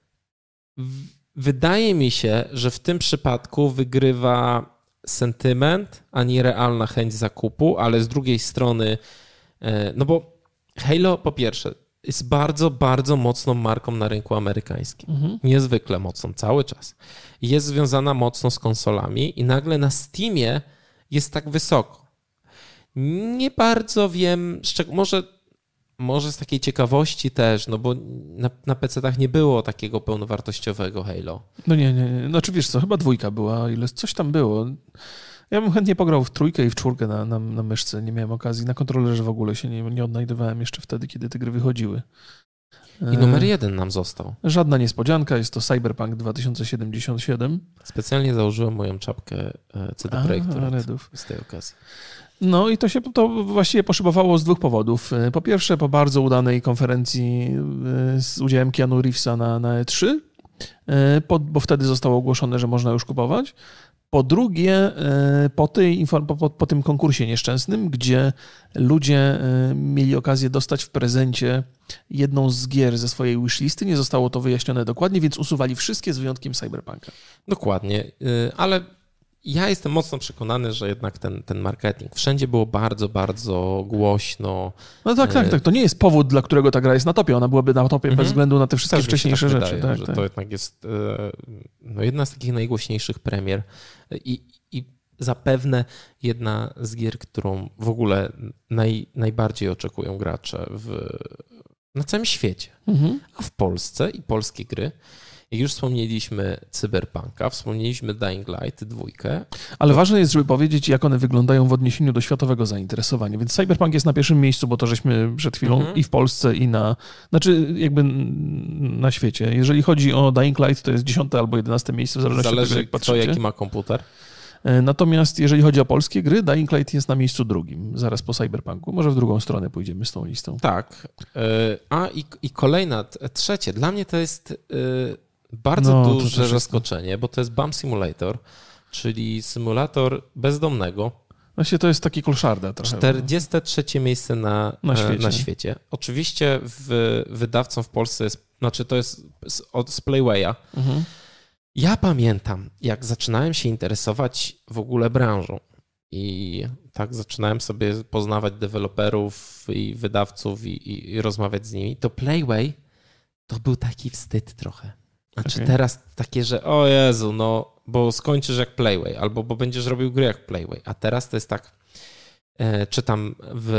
w, wydaje mi się, że w tym przypadku wygrywa sentyment, a nie realna chęć zakupu, ale z drugiej strony, no bo Halo po pierwsze, jest bardzo, bardzo mocną marką na rynku amerykańskim. Mhm. Niezwykle mocną, cały czas. Jest związana mocno z konsolami i nagle na Steamie jest tak wysoko. Nie bardzo wiem, może, może z takiej ciekawości też, no bo na, na pecetach nie było takiego pełnowartościowego Halo. No nie, nie, nie. Znaczy wiesz co, chyba dwójka była, ile coś tam było. Ja bym chętnie pograł w trójkę i w czwórkę na, na, na myszce. Nie miałem okazji. Na kontrolerze w ogóle się nie, nie odnajdywałem jeszcze wtedy, kiedy te gry wychodziły. I numer jeden nam został. Żadna niespodzianka, jest to Cyberpunk dwa tysiące siedemdziesiąt siedem. Specjalnie założyłem moją czapkę C D Projektu z tej okazji. No i to się to właściwie poszybowało z dwóch powodów. Po pierwsze, po bardzo udanej konferencji z udziałem Keanu Reevesa na, na E trzy, bo wtedy zostało ogłoszone, że można już kupować. Po drugie, po, tej, po, po, po tym konkursie nieszczęsnym, gdzie ludzie mieli okazję dostać w prezencie jedną z gier ze swojej wishlisty, nie zostało to wyjaśnione dokładnie, więc usuwali wszystkie z wyjątkiem Cyberpunka. Dokładnie, ale ja jestem mocno przekonany, że jednak ten, ten marketing, wszędzie było bardzo, bardzo głośno. No tak, tak, tak. To nie jest powód, dla którego ta gra jest na topie. Ona byłaby na topie mm-hmm. bez względu na te wszystkie Też wcześniejsze tak rzeczy. Wydaje, tak, że tak. To jednak jest no, jedna z takich najgłośniejszych premier i, i zapewne jedna z gier, którą w ogóle naj, najbardziej oczekują gracze w, na całym świecie. Mm-hmm. A w Polsce i polskie gry. Jak już wspomnieliśmy Cyberpunka, wspomnieliśmy Dying Light dwójkę. Ale to... ważne jest, żeby powiedzieć, jak one wyglądają w odniesieniu do światowego zainteresowania. Więc Cyberpunk jest na pierwszym miejscu, bo to żeśmy przed chwilą mm-hmm. i w Polsce, i na... Znaczy jakby na świecie. Jeżeli chodzi o Dying Light, to jest dziesiąte albo jedenaste miejsce, w zależności Zależy od tego, jak patrzycie. Kto jaki ma komputer. Natomiast jeżeli chodzi o polskie gry, Dying Light jest na miejscu drugim, zaraz po Cyberpunku. Może w drugą stronę pójdziemy z tą listą. Tak. A i, i kolejna, trzecie. Dla mnie to jest... Bardzo no, duże zaskoczenie, jest... bo to jest Bum Simulator, czyli symulator bezdomnego. Właśnie to jest taki kolszarda trochę. czterdzieste trzecie miejsce na, na, świecie. na świecie. Oczywiście w, wydawcą w Polsce jest, znaczy to jest z, od, z Playwaya. Mhm. Ja pamiętam, jak zaczynałem się interesować w ogóle branżą i tak zaczynałem sobie poznawać deweloperów i wydawców i, i, i rozmawiać z nimi, to Playway to był taki wstyd trochę. Znaczy okay. teraz takie, że o Jezu, no bo skończysz jak Playway, albo bo będziesz robił gry jak Playway, a teraz to jest tak, e, czytam w,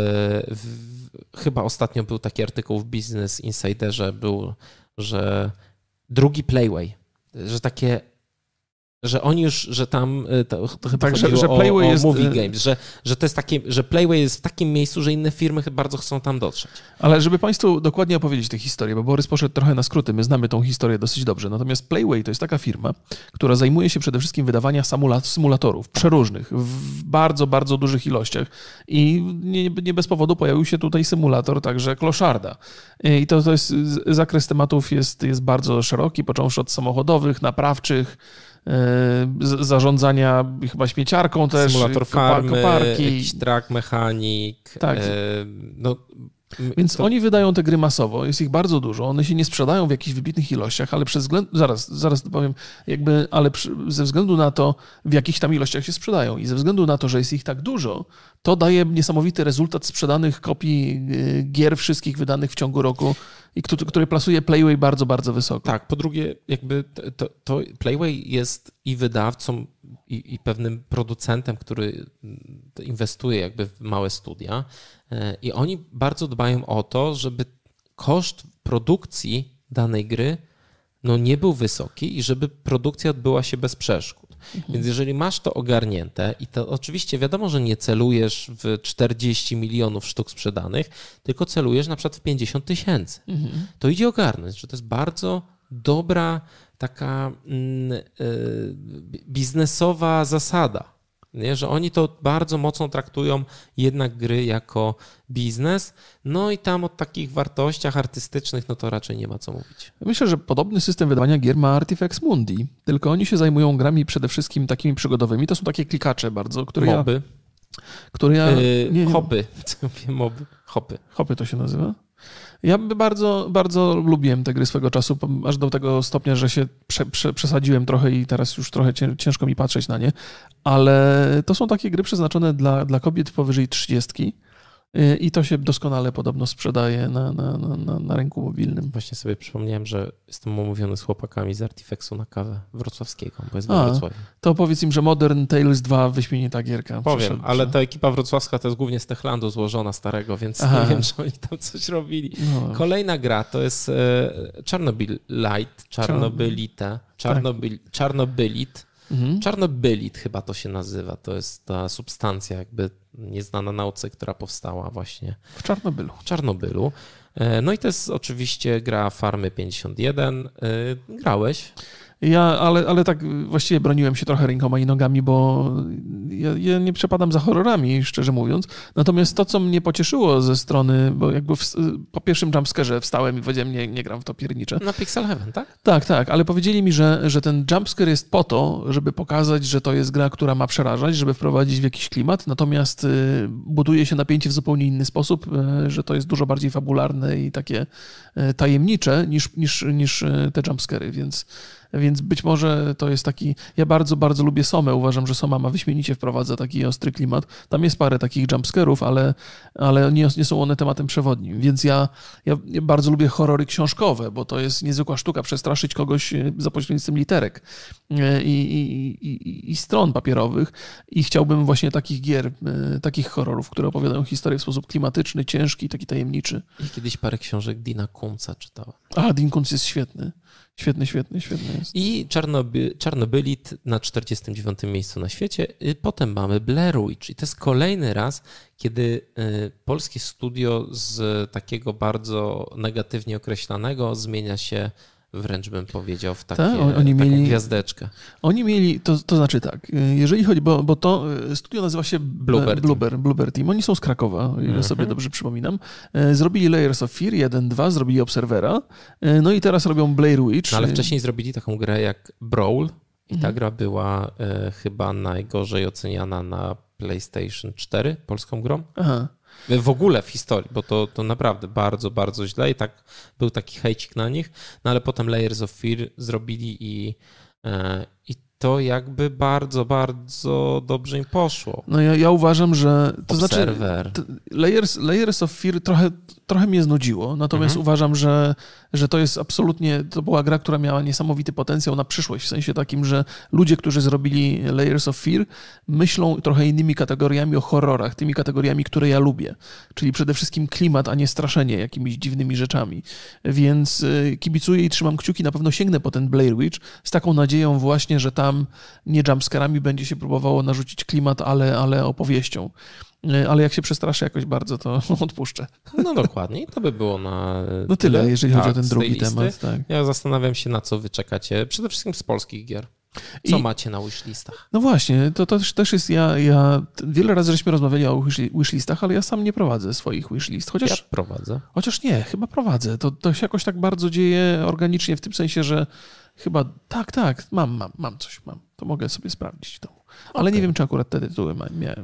w, chyba ostatnio był taki artykuł w Business Insiderze, był, że drugi Playway, że takie, że oni już, że tam to, to chyba tak, chodziło że, że o, Playway o jest... Movie Games, że, że to jest takie, że Playway jest w takim miejscu, że inne firmy bardzo chcą tam dotrzeć. Ale żeby Państwu dokładnie opowiedzieć tę historię, bo Borys poszedł trochę na skróty, my znamy tą historię dosyć dobrze, natomiast Playway to jest taka firma, która zajmuje się przede wszystkim wydawaniem symulatorów przeróżnych, w bardzo, bardzo dużych ilościach i nie, nie bez powodu pojawił się tutaj symulator także kloszarda. I to, to jest, zakres tematów jest, jest bardzo szeroki, począwszy od samochodowych, naprawczych, zarządzania chyba śmieciarką też. Symulator farmy, koparki. Jakiś track mechanik. Tak. No, Więc to... oni wydają te gry masowo, jest ich bardzo dużo, one się nie sprzedają w jakichś wybitnych ilościach, ale przez względ... zaraz, zaraz powiem, jakby, ale przy... ze względu na to, w jakich tam ilościach się sprzedają i ze względu na to, że jest ich tak dużo, to daje niesamowity rezultat sprzedanych kopii gier wszystkich wydanych w ciągu roku i który, który plasuje Playway bardzo, bardzo wysoko. Tak, po drugie jakby to, to Playway jest i wydawcą i, i pewnym producentem, który inwestuje jakby w małe studia i oni bardzo dbają o to, żeby koszt produkcji danej gry no nie był wysoki i żeby produkcja odbyła się bez przeszkód. Mhm. Więc jeżeli masz to ogarnięte i to oczywiście wiadomo, że nie celujesz w czterdzieści milionów sztuk sprzedanych, tylko celujesz na przykład w pięćdziesiąt tysięcy. Mhm. To idzie ogarnąć, że to jest bardzo dobra taka mm, y, biznesowa zasada. Nie? Że oni to bardzo mocno traktują jednak gry jako biznes, no i tam o takich wartościach artystycznych no to raczej nie ma co mówić. Myślę, że podobny system wydawania gier ma Artifex Mundi, tylko oni się zajmują grami przede wszystkim takimi przygodowymi. To są takie klikacze bardzo, które Moby. ja... Które ja... Yy, nie, nie. Hopy. Co mówię, moby? Hopy. Hopy to się nazywa? Ja bardzo, bardzo lubiłem te gry swego czasu, aż do tego stopnia, że się prze, prze, przesadziłem trochę i teraz już trochę ciężko mi patrzeć na nie, ale to są takie gry przeznaczone dla, dla kobiet powyżej trzydziestki I to się doskonale podobno sprzedaje na, na, na, na rynku mobilnym. Właśnie sobie przypomniałem, że jestem umówiony z chłopakami z Artifexu na kawę wrocławskiego, bo jest A, we Wrocławiu. To powiedz im, że Modern Tales dwa wyśmienita gierka. Powiem, Przyszedł, ale że... ta ekipa wrocławska to jest głównie z Techlandu złożona starego, więc Aha. nie wiem, czy oni tam coś robili. No. Kolejna gra to jest e, Chernobyl Light, Czarnobylita, Czarnobyl, tak. Czarnobylit. Mhm. Czarnobylit chyba to się nazywa. To jest ta substancja jakby nieznana nauce, która powstała właśnie w Czarnobylu. W Czarnobylu. No i to jest oczywiście gra Farmy pięćdziesiąt jeden. Grałeś? Ja, ale, ale tak właściwie broniłem się trochę rękoma i nogami, bo ja, ja nie przepadam za horrorami, szczerze mówiąc. Natomiast to, co mnie pocieszyło ze strony, bo jakby w, po pierwszym jumpscarze wstałem i powiedziałem, nie, nie gram w to piernicze. Na Pixel Heaven, tak? Tak, tak, ale powiedzieli mi, że, że ten jumpscare jest po to, żeby pokazać, że to jest gra, która ma przerażać, żeby wprowadzić w jakiś klimat, natomiast buduje się napięcie w zupełnie inny sposób, że to jest dużo bardziej fabularne i takie tajemnicze niż, niż, niż te jumpscary, więc Więc być może to jest taki... Ja bardzo, bardzo lubię Somę. Uważam, że Soma ma wyśmienicie wprowadza taki ostry klimat. Tam jest parę takich jumpscarów, ale, ale nie, nie są one tematem przewodnim. Więc ja, ja bardzo lubię horrory książkowe, bo to jest niezwykła sztuka przestraszyć kogoś za pośrednictwem literek i, i, i, i stron papierowych. I chciałbym właśnie takich gier, takich horrorów, które opowiadają historię w sposób klimatyczny, ciężki, taki tajemniczy. I kiedyś parę książek Dina Kunca czytałem. A, Dean Koontz jest świetny. Świetny, świetny, świetny jest. I Czarnoby, Czarnobylit na czterdziestym dziewiątym miejscu na świecie. Potem mamy Blair Witch. I to jest kolejny raz, kiedy polskie studio z takiego bardzo negatywnie określanego zmienia się, wręcz bym powiedział, w takie, Ta, oni taką mieli, gwiazdeczkę. Oni mieli, to, to znaczy tak, jeżeli chodzi, bo, bo to studio nazywa się Bloober, Bloober, Team. Bloober Team. Oni są z Krakowa, o ile mm-hmm. sobie dobrze przypominam. Zrobili Layers of Fear jeden, dwa, zrobili Observera, no i teraz robią Blair Witch. No, ale wcześniej zrobili taką grę jak Brawl i ta mm-hmm. gra była e, chyba najgorzej oceniana na PlayStation cztery, polską grą. Aha. W ogóle w historii, bo to, to naprawdę bardzo, bardzo źle i tak był taki hejcik na nich, no ale potem Layers of Fear zrobili i, e, i to jakby bardzo, bardzo dobrze im poszło. No ja, ja uważam, że to Observer. znaczy Layers, Layers of Fear trochę, trochę mnie znudziło, natomiast mhm. uważam, że, że to jest absolutnie, to była gra, która miała niesamowity potencjał na przyszłość, w sensie takim, że ludzie, którzy zrobili Layers of Fear, myślą trochę innymi kategoriami o horrorach, tymi kategoriami, które ja lubię, czyli przede wszystkim klimat, a nie straszenie jakimiś dziwnymi rzeczami, więc kibicuję i trzymam kciuki, na pewno sięgnę po ten Blair Witch z taką nadzieją właśnie, że tam nie jumpscarami będzie się próbowało narzucić klimat, ale, ale opowieścią. Ale jak się przestraszę jakoś bardzo, to odpuszczę. No dokładnie. I to by było na No tyle, tyle jeżeli tak, chodzi o ten drugi temat. Tak. Ja zastanawiam się, na co wy czekacie. Przede wszystkim z polskich gier. Co I, macie na wishlistach? No właśnie, to, to też jest ja, ja... Wiele razy żeśmy rozmawiali o wishlistach, ale ja sam nie prowadzę swoich wishlist. Chociaż, ja prowadzę. Chociaż nie, chyba prowadzę. To, to się jakoś tak bardzo dzieje organicznie w tym sensie, że chyba tak, tak, mam, mam, mam coś, mam. To mogę sobie sprawdzić w domu. Ale okay. nie wiem, czy akurat te tytuły miałem.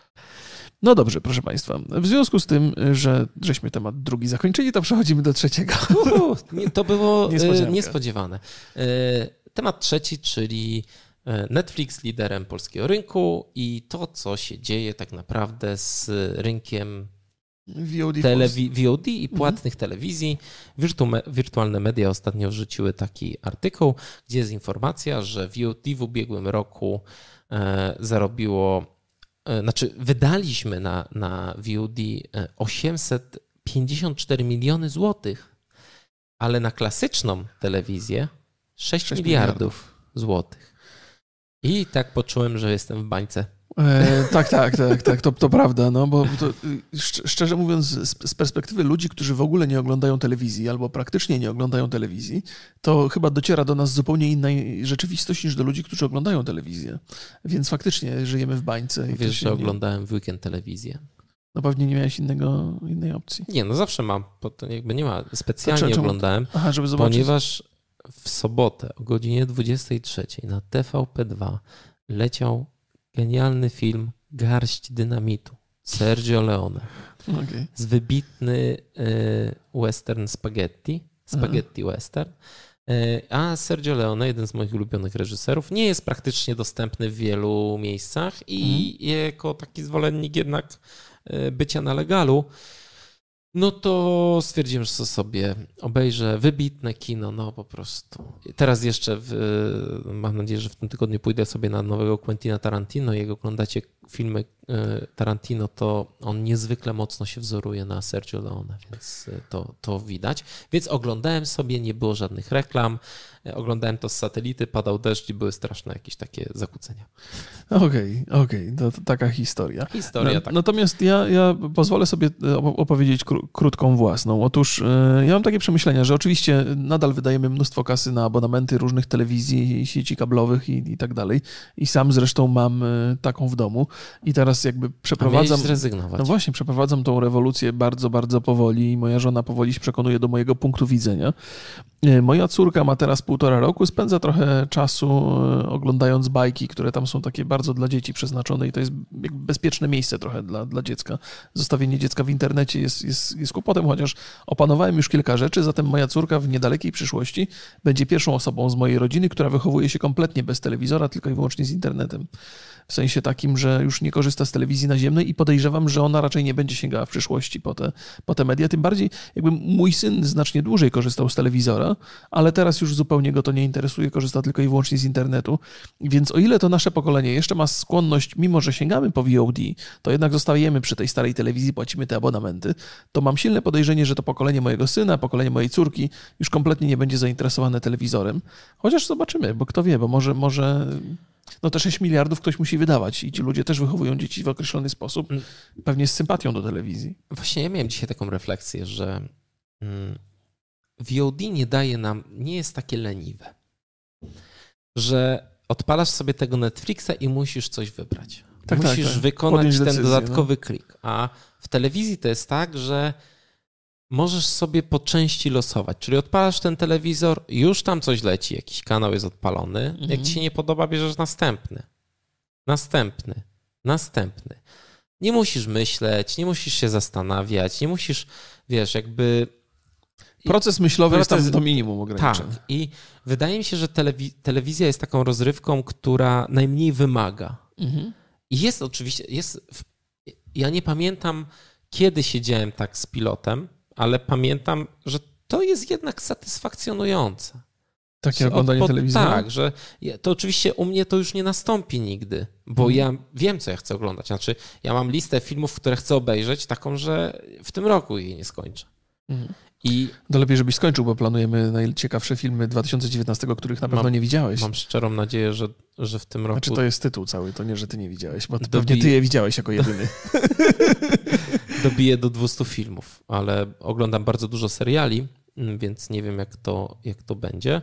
No dobrze, proszę Państwa. W związku z tym, że żeśmy temat drugi zakończyli, to przechodzimy do trzeciego. Uhu, to było niespodziewane. Temat trzeci, czyli Netflix liderem polskiego rynku i to, co się dzieje tak naprawdę z rynkiem V O D, telewi- V O D i płatnych mhm. telewizji. Wirtu- wirtualne media ostatnio wrzuciły taki artykuł, gdzie jest informacja, że V O D w ubiegłym roku e, zarobiło, e, znaczy wydaliśmy na, na V O D osiemset pięćdziesiąt cztery miliony złotych, ale na klasyczną telewizję sześć miliardów złotych. I tak poczułem, że jestem w bańce. E, tak, tak, tak, tak, to, to prawda, no bo to, szczerze mówiąc z, z perspektywy ludzi, którzy w ogóle nie oglądają telewizji albo praktycznie nie oglądają telewizji, to chyba dociera do nas zupełnie inna rzeczywistość niż do ludzi, którzy oglądają telewizję, więc faktycznie żyjemy w bańce. I Wiesz, że nie... oglądałem w weekend telewizję. No pewnie nie miałeś innego, innej opcji. Nie, no zawsze mam, bo to jakby nie ma, specjalnie czemu... oglądałem, Aha, żeby zobaczyć. Ponieważ w sobotę o godzinie dwudziestej trzeciej na T V P dwa leciał genialny film Garść dynamitu Sergio Leone. Okay. Z wybitny y, western spaghetti, spaghetti Aha. western. Y, a Sergio Leone, jeden z moich ulubionych reżyserów, nie jest praktycznie dostępny w wielu miejscach i mhm. jako taki zwolennik jednak bycia na legalu, no to stwierdziłem, że sobie obejrzę wybitne kino, no po prostu. Teraz jeszcze, w, mam nadzieję, że w tym tygodniu pójdę sobie na nowego Quentina Tarantino. Jak oglądacie filmy Tarantino, to on niezwykle mocno się wzoruje na Sergio Leone, więc to, to widać. Więc oglądałem sobie, nie było żadnych reklam, oglądałem to z satelity, padał deszcz i były straszne jakieś takie zakłócenia. Okej, okay, okej, okay. to, to taka historia. Historia, no, tak. Natomiast ja, ja pozwolę sobie opowiedzieć kró- krótką własną. Otóż ja mam takie przemyślenia, że oczywiście nadal wydajemy mnóstwo kasy na abonamenty różnych telewizji, sieci kablowych i, i tak dalej. I sam zresztą mam taką w domu. I teraz jakby przeprowadzam... zrezygnować. No właśnie, przeprowadzam tą rewolucję bardzo, bardzo powoli i moja żona powoli się przekonuje do mojego punktu widzenia. Moja córka ma teraz półtora roku, spędza trochę czasu oglądając bajki, które tam są takie bardzo dla dzieci przeznaczone i to jest bezpieczne miejsce trochę dla, dla dziecka. Zostawienie dziecka w internecie jest, jest, jest kłopotem, chociaż opanowałem już kilka rzeczy, zatem moja córka w niedalekiej przyszłości będzie pierwszą osobą z mojej rodziny, która wychowuje się kompletnie bez telewizora, tylko i wyłącznie z internetem. W sensie takim, że już nie korzysta z telewizji naziemnej i podejrzewam, że ona raczej nie będzie sięgała w przyszłości po te, po te media. Tym bardziej jakby mój syn znacznie dłużej korzystał z telewizora, ale teraz już zupełnie go to nie interesuje, korzysta tylko i wyłącznie z internetu. Więc o ile to nasze pokolenie jeszcze ma skłonność, mimo że sięgamy po V O D, to jednak zostajemy przy tej starej telewizji, płacimy te abonamenty, to mam silne podejrzenie, że to pokolenie mojego syna, pokolenie mojej córki już kompletnie nie będzie zainteresowane telewizorem. Chociaż zobaczymy, bo kto wie, bo może... może... No te sześć miliardów ktoś musi wydawać i ci ludzie też wychowują dzieci w określony sposób, pewnie z sympatią do telewizji. Właśnie ja miałem dzisiaj taką refleksję, że V O D nie daje nam, nie jest takie leniwe, że odpalasz sobie tego Netflixa i musisz coś wybrać. Tak, musisz tak, tak. wykonać Podjąć ten decyzję, dodatkowy no. klik. A w telewizji to jest tak, że możesz sobie po części losować, czyli odpalasz ten telewizor, już tam coś leci, jakiś kanał jest odpalony, mhm. Jak ci się nie podoba, bierzesz następny, następny, następny. Nie musisz myśleć, nie musisz się zastanawiać, nie musisz, wiesz, jakby... Proces myślowy Proces... jest tam do minimum ograniczony. Tak, i wydaje mi się, że telewi... telewizja jest taką rozrywką, która najmniej wymaga. Mhm. I jest oczywiście, jest... ja nie pamiętam, kiedy siedziałem tak z pilotem, ale pamiętam, że to jest jednak satysfakcjonujące. Takie oglądanie Od, telewizji? Tak, że to oczywiście u mnie to już nie nastąpi nigdy, bo hmm. ja wiem, co ja chcę oglądać. Znaczy, ja mam listę filmów, które chcę obejrzeć, taką, że w tym roku jej nie skończę. Hmm. I to lepiej, żebyś skończył, bo planujemy najciekawsze filmy dwa tysiące dziewiętnastego, których na pewno mam, nie widziałeś. Mam szczerą nadzieję, że, że w tym roku... Znaczy to jest tytuł cały, to nie, że ty nie widziałeś, bo Dobi... pewnie ty je widziałeś jako jedyny. Dobiję do dwustu filmów, ale oglądam bardzo dużo seriali, więc nie wiem, jak to, jak to będzie.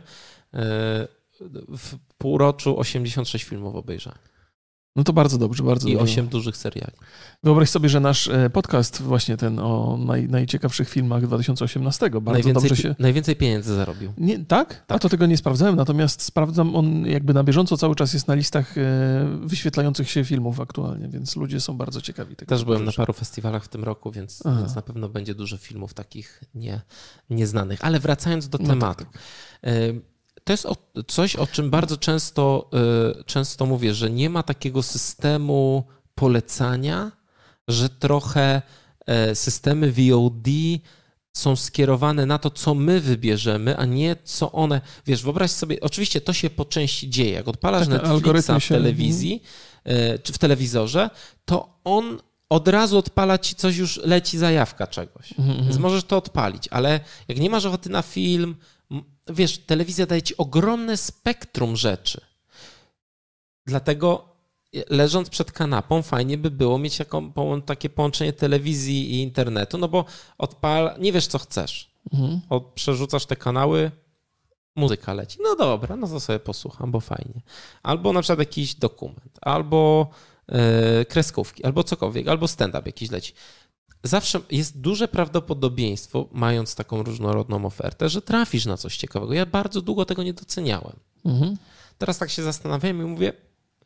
W półroczu osiemdziesiąt sześć filmów obejrzałem. No to bardzo dobrze, bardzo I dobrze. osiem dużych seriali. Wyobraź sobie, że nasz podcast właśnie ten o naj, najciekawszych filmach dwa tysiące osiemnastego bardzo najwięcej, dobrze się... Najwięcej pieniędzy zarobił. Nie, tak? tak? A to tego nie sprawdzałem, natomiast sprawdzam, on jakby na bieżąco cały czas jest na listach wyświetlających się filmów aktualnie, więc ludzie są bardzo ciekawi tego. Też byłem na paru festiwalach w tym roku, więc, więc na pewno będzie dużo filmów takich nie, nieznanych. Ale wracając do tematu. No tak, tak. To jest coś, o czym bardzo często, często mówię, że nie ma takiego systemu polecania, że trochę systemy V O D są skierowane na to, co my wybierzemy, a nie co one... Wiesz, wyobraź sobie, oczywiście to się po części dzieje. Jak odpalasz tak, Netflixa w telewizji, się... czy w telewizorze, to on od razu odpala ci coś, już leci zajawka czegoś. Mm-hmm. Więc możesz to odpalić, ale jak nie masz ochoty na film... Wiesz, telewizja daje ci ogromne spektrum rzeczy. Dlatego leżąc przed kanapą fajnie by było mieć jaką, takie połączenie telewizji i internetu, no bo odpal, nie wiesz co chcesz. Mhm. Od, przerzucasz te kanały, muzyka leci. No dobra, no to sobie posłucham, bo fajnie. Albo na przykład jakiś dokument, albo yy, kreskówki, albo cokolwiek, albo stand-up jakiś leci. Zawsze jest duże prawdopodobieństwo, mając taką różnorodną ofertę, że trafisz na coś ciekawego. Ja bardzo długo tego nie doceniałem. Mhm. Teraz tak się zastanawiam i mówię,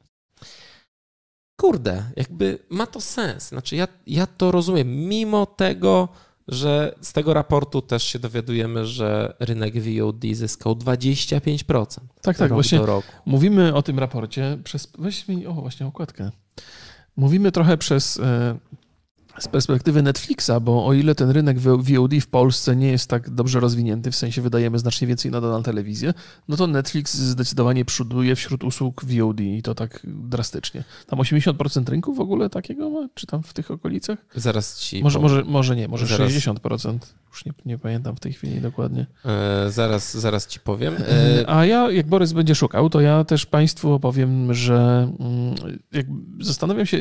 kurde, jakby ma to sens. Znaczy ja, ja to rozumiem, mimo tego, że z tego raportu też się dowiadujemy, że rynek V O D zyskał dwadzieścia pięć procent. Tak, tak, właśnie mówimy o tym raporcie przez... Weź mi, o właśnie okładkę. Mówimy trochę przez... z perspektywy Netflixa, bo o ile ten rynek V O D w Polsce nie jest tak dobrze rozwinięty, w sensie wydajemy znacznie więcej na daną telewizję, no to Netflix zdecydowanie przoduje wśród usług V O D i to tak drastycznie. Tam osiemdziesiąt procent rynku w ogóle takiego ma? Czy tam w tych okolicach? Zaraz ci... Może, może, może nie, może zaraz... sześćdziesiąt procent. Już nie, nie pamiętam w tej chwili dokładnie. E, zaraz, zaraz ci powiem. E... A ja, jak Borys będzie szukał, to ja też Państwu opowiem, że jak zastanawiam się,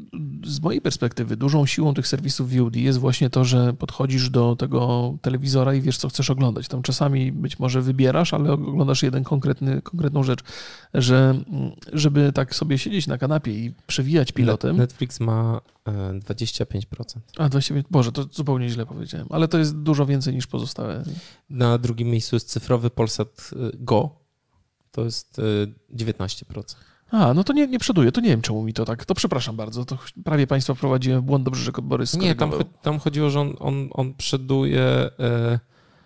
z mojej perspektywy dużą siłą tych serwisów V O D jest właśnie to, że podchodzisz do tego telewizora i wiesz, co chcesz oglądać. Tam czasami być może wybierasz, ale oglądasz jeden konkretny, konkretną rzecz, że żeby tak sobie siedzieć na kanapie i przewijać pilotem. Netflix ma dwadzieścia pięć procent. A, dwadzieścia pięć procent. Boże, to zupełnie źle powiedziałem, ale to jest dużo więcej niż pozostałe. Na drugim miejscu jest cyfrowy Polsat Go. To jest dziewiętnaście procent. A, no to nie, nie przoduje, to nie wiem, czemu mi to tak. To przepraszam bardzo, to prawie Państwa wprowadziłem w błąd, dobrze, że Borys skorygował. Nie, tam, tam chodziło, że on, on, on przoduje, e,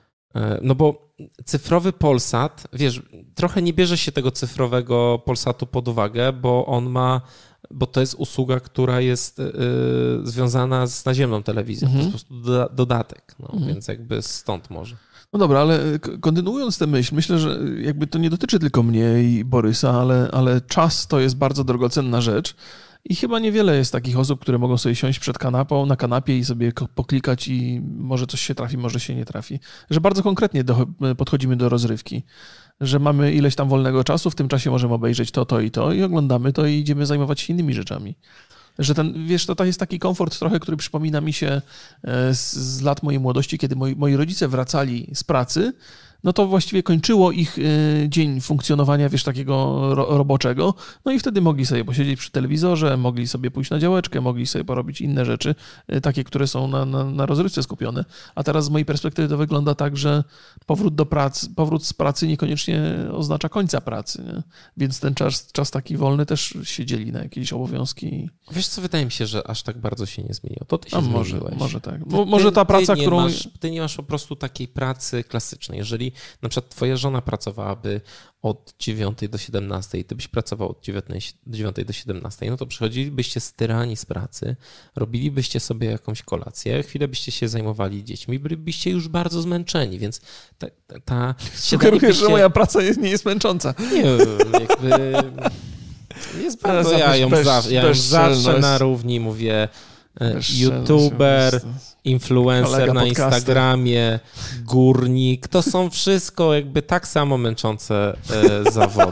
e, no bo cyfrowy Polsat, wiesz, trochę nie bierze się tego cyfrowego Polsatu pod uwagę, bo on ma, bo to jest usługa, która jest e, związana z naziemną telewizją, mhm. To jest po prostu doda- dodatek, no, mhm. Więc jakby stąd może. No dobra, ale kontynuując tę myśl, myślę, że jakby to nie dotyczy tylko mnie i Borysa, ale, ale czas to jest bardzo drogocenna rzecz i chyba niewiele jest takich osób, które mogą sobie siąść przed kanapą, na kanapie i sobie poklikać i może coś się trafi, może się nie trafi. Że bardzo konkretnie do, podchodzimy do rozrywki, że mamy ileś tam wolnego czasu, w tym czasie możemy obejrzeć to, to i to i oglądamy to i idziemy zajmować się innymi rzeczami. Że ten, wiesz, to, to jest taki komfort trochę, który przypomina mi się z, z lat mojej młodości, kiedy moi, moi rodzice wracali z pracy, no to właściwie kończyło ich dzień funkcjonowania, wiesz, takiego ro, roboczego, no i wtedy mogli sobie posiedzieć przy telewizorze, mogli sobie pójść na działeczkę, mogli sobie porobić inne rzeczy, takie, które są na, na, na rozrywce skupione. A teraz z mojej perspektywy to wygląda tak, że powrót do pracy, powrót z pracy niekoniecznie oznacza końca pracy, nie? Więc ten czas, czas taki wolny też się dzieli na jakieś obowiązki. Wiesz co, wydaje mi się, że aż tak bardzo się nie zmieniło. To ty się A zmieniłeś. może, może tak. Ty, może ta praca, ty którą... Masz, ty nie masz po prostu takiej pracy klasycznej. Jeżeli na przykład twoja żona pracowałaby od dziewiątej do siedemnastej, ty byś pracował od dziewiątej do siedemnastej, no to przychodzilibyście styrani z pracy, robilibyście sobie jakąś kolację, chwilę byście się zajmowali dziećmi, bylibyście już bardzo zmęczeni, więc ta... ta, ta Sugerujesz, że moja praca jest, nie jest męcząca. Nie, jakby... Jest bardzo... Ja ją, bez, za, ja ją zawsze na równi mówię... YouTuber, influencer na Instagramie, górnik, to są wszystko jakby tak samo męczące e, zawody.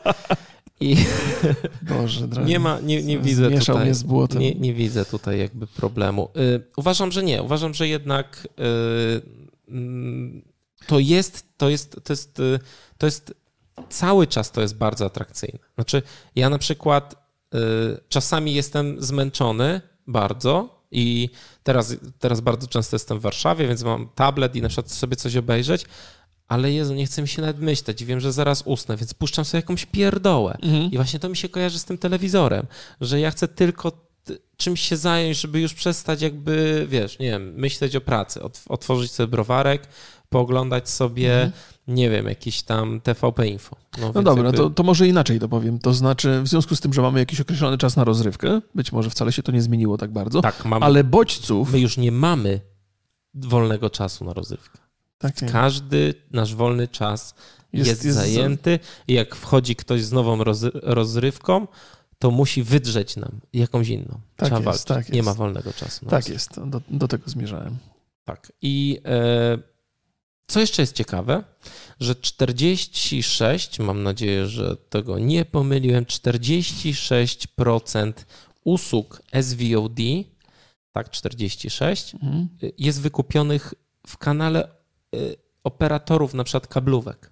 I Boże, drogi, nie ma, nie, nie widzę tutaj, mnie z błotem. Nie, nie widzę tutaj jakby problemu. Y, uważam, że nie. Uważam, że jednak y, y, to jest, to jest, to jest, y, to jest cały czas to jest bardzo atrakcyjne. Znaczy ja na przykład y, czasami jestem zmęczony bardzo i teraz, teraz bardzo często jestem w Warszawie, więc mam tablet i na przykład sobie coś obejrzeć, ale Jezu, nie chcę mi się nawet myśleć, wiem, że zaraz usnę, więc puszczam sobie jakąś pierdołę. Mhm. I właśnie to mi się kojarzy z tym telewizorem, że ja chcę tylko czymś się zająć, żeby już przestać jakby, wiesz, nie wiem, myśleć o pracy, otworzyć sobie browarek, pooglądać sobie, mhm. nie wiem, jakiś tam T V P Info. No, no dobra, jakby... to, to może inaczej to powiem. To znaczy, w związku z tym, że mamy jakiś określony czas na rozrywkę, być może wcale się to nie zmieniło tak bardzo, tak, mamy, ale bodźców... My już nie mamy wolnego czasu na rozrywkę. Tak, każdy nasz wolny czas jest, jest, jest zajęty i jak wchodzi ktoś z nową roz- rozrywką, to musi wydrzeć nam jakąś inną. Tak Trzeba jest, tak nie jest. ma wolnego czasu. Tak rozrywkę. Jest, do, do tego zmierzałem. Tak. I e, co jeszcze jest ciekawe, że czterdzieści sześć, mam nadzieję, że tego nie pomyliłem, czterdzieści sześć procent usług S V O D, tak, czterdzieści sześć, mhm. jest wykupionych w kanale operatorów na przykład kablówek.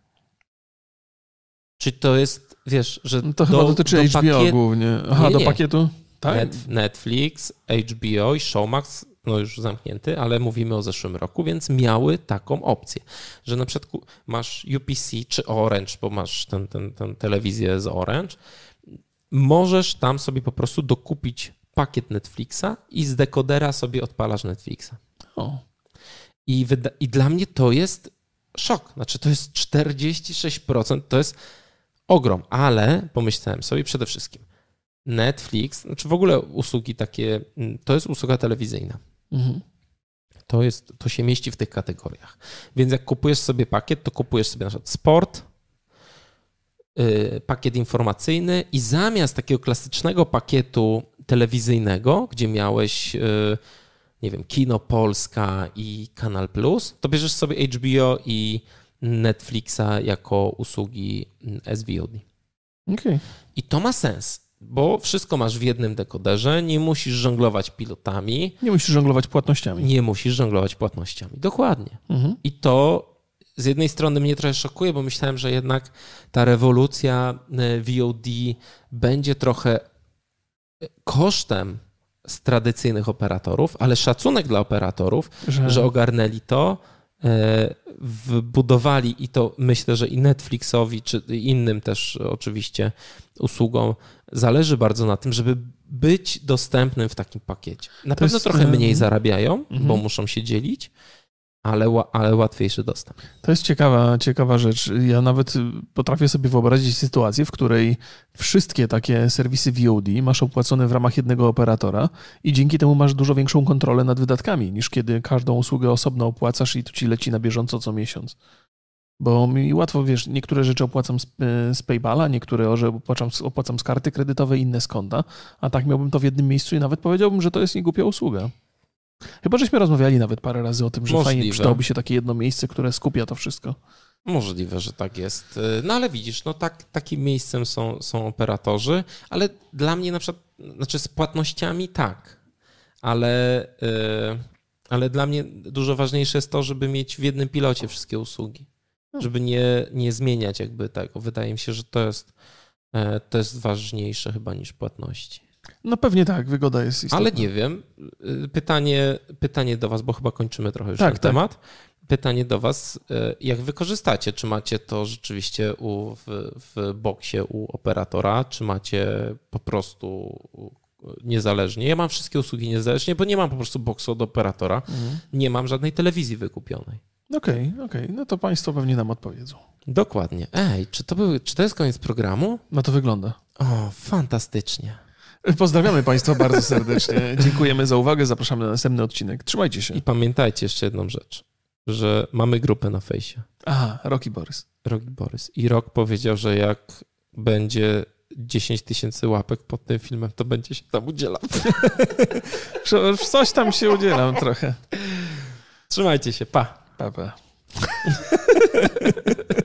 Czy to jest, wiesz, że no to do, chyba dotyczy do H B O pakiet... głównie. Aha, nie, do nie. pakietu? Tak. Net, Netflix, H B O i Showmax, no już zamknięty, ale mówimy o zeszłym roku, więc miały taką opcję, że na przykład masz U P C czy Orange, bo masz tę ten, ten telewizję z Orange, możesz tam sobie po prostu dokupić pakiet Netflixa i z dekodera sobie odpalasz Netflixa. O. I, wyda- I dla mnie to jest szok. Znaczy to jest czterdzieści sześć procent, to jest ogrom, ale pomyślałem sobie przede wszystkim, Netflix, znaczy w ogóle usługi takie, to jest usługa telewizyjna. Mhm. To, jest, to się mieści w tych kategoriach. Więc jak kupujesz sobie pakiet, to kupujesz sobie na przykład sport, yy, pakiet informacyjny i zamiast takiego klasycznego pakietu telewizyjnego, gdzie miałeś yy, nie wiem, Kino Polska i Kanal Plus, to bierzesz sobie H B O i Netflixa jako usługi S V O D. Okay. I to ma sens, bo wszystko masz w jednym dekoderze, nie musisz żonglować pilotami. Nie musisz żonglować płatnościami. Nie musisz żonglować płatnościami, dokładnie. Mhm. I to z jednej strony mnie trochę szokuje, bo myślałem, że jednak ta rewolucja V O D będzie trochę kosztem z tradycyjnych operatorów, ale szacunek dla operatorów, że, że ogarnęli to, wbudowali i to myślę, że i Netflixowi, czy innym też oczywiście usługom zależy bardzo na tym, żeby być dostępnym w takim pakiecie. Na to pewno jest, trochę mniej zarabiają, mhm. bo muszą się dzielić, ale, ale łatwiejszy dostęp. To jest ciekawa, ciekawa rzecz. Ja nawet potrafię sobie wyobrazić sytuację, w której wszystkie takie serwisy V O D masz opłacone w ramach jednego operatora i dzięki temu masz dużo większą kontrolę nad wydatkami, niż kiedy każdą usługę osobno opłacasz i to ci leci na bieżąco co miesiąc. Bo mi łatwo, wiesz, niektóre rzeczy opłacam z, z PayPala, niektóre że opłacam, opłacam z karty kredytowej, inne z konta, a tak miałbym to w jednym miejscu i nawet powiedziałbym, że to jest niegłupia usługa. Chyba żeśmy rozmawiali nawet parę razy o tym, że Możliwe. fajnie przydałoby się takie jedno miejsce, które skupia to wszystko. Możliwe, że tak jest. No ale widzisz, no tak, takim miejscem są, są operatorzy, ale dla mnie na przykład, znaczy z płatnościami tak, ale, yy, ale dla mnie dużo ważniejsze jest to, żeby mieć w jednym pilocie wszystkie usługi, żeby nie, nie zmieniać jakby tego. Wydaje mi się, że to jest, yy, to jest ważniejsze chyba niż płatności. No pewnie tak, wygoda jest istotna. Ale nie wiem, pytanie, pytanie do was, bo chyba kończymy trochę już tak, ten tak. temat. Pytanie do was, jak wy korzystacie? Czy macie to rzeczywiście u, w, w boksie u operatora, czy macie po prostu niezależnie? Ja mam wszystkie usługi niezależnie, bo nie mam po prostu boksu od operatora. Mhm. Nie mam żadnej telewizji wykupionej. Okej, okay, okej. Okay. No to państwo pewnie nam odpowiedzą. Dokładnie. Ej, czy to, był, czy to jest koniec programu? No to wygląda. O, fantastycznie. Pozdrawiamy Państwa bardzo serdecznie. Dziękujemy za uwagę. Zapraszamy na następny odcinek. Trzymajcie się. I pamiętajcie jeszcze jedną rzecz, że mamy grupę na fejsie. Aha, Rocky Borys. Rocky Borys. I Rok powiedział, że jak będzie dziesięć tysięcy łapek pod tym filmem, to będzie się tam udzielał. Coś tam się udzielam trochę. Trzymajcie się. Pa. Pa, pa.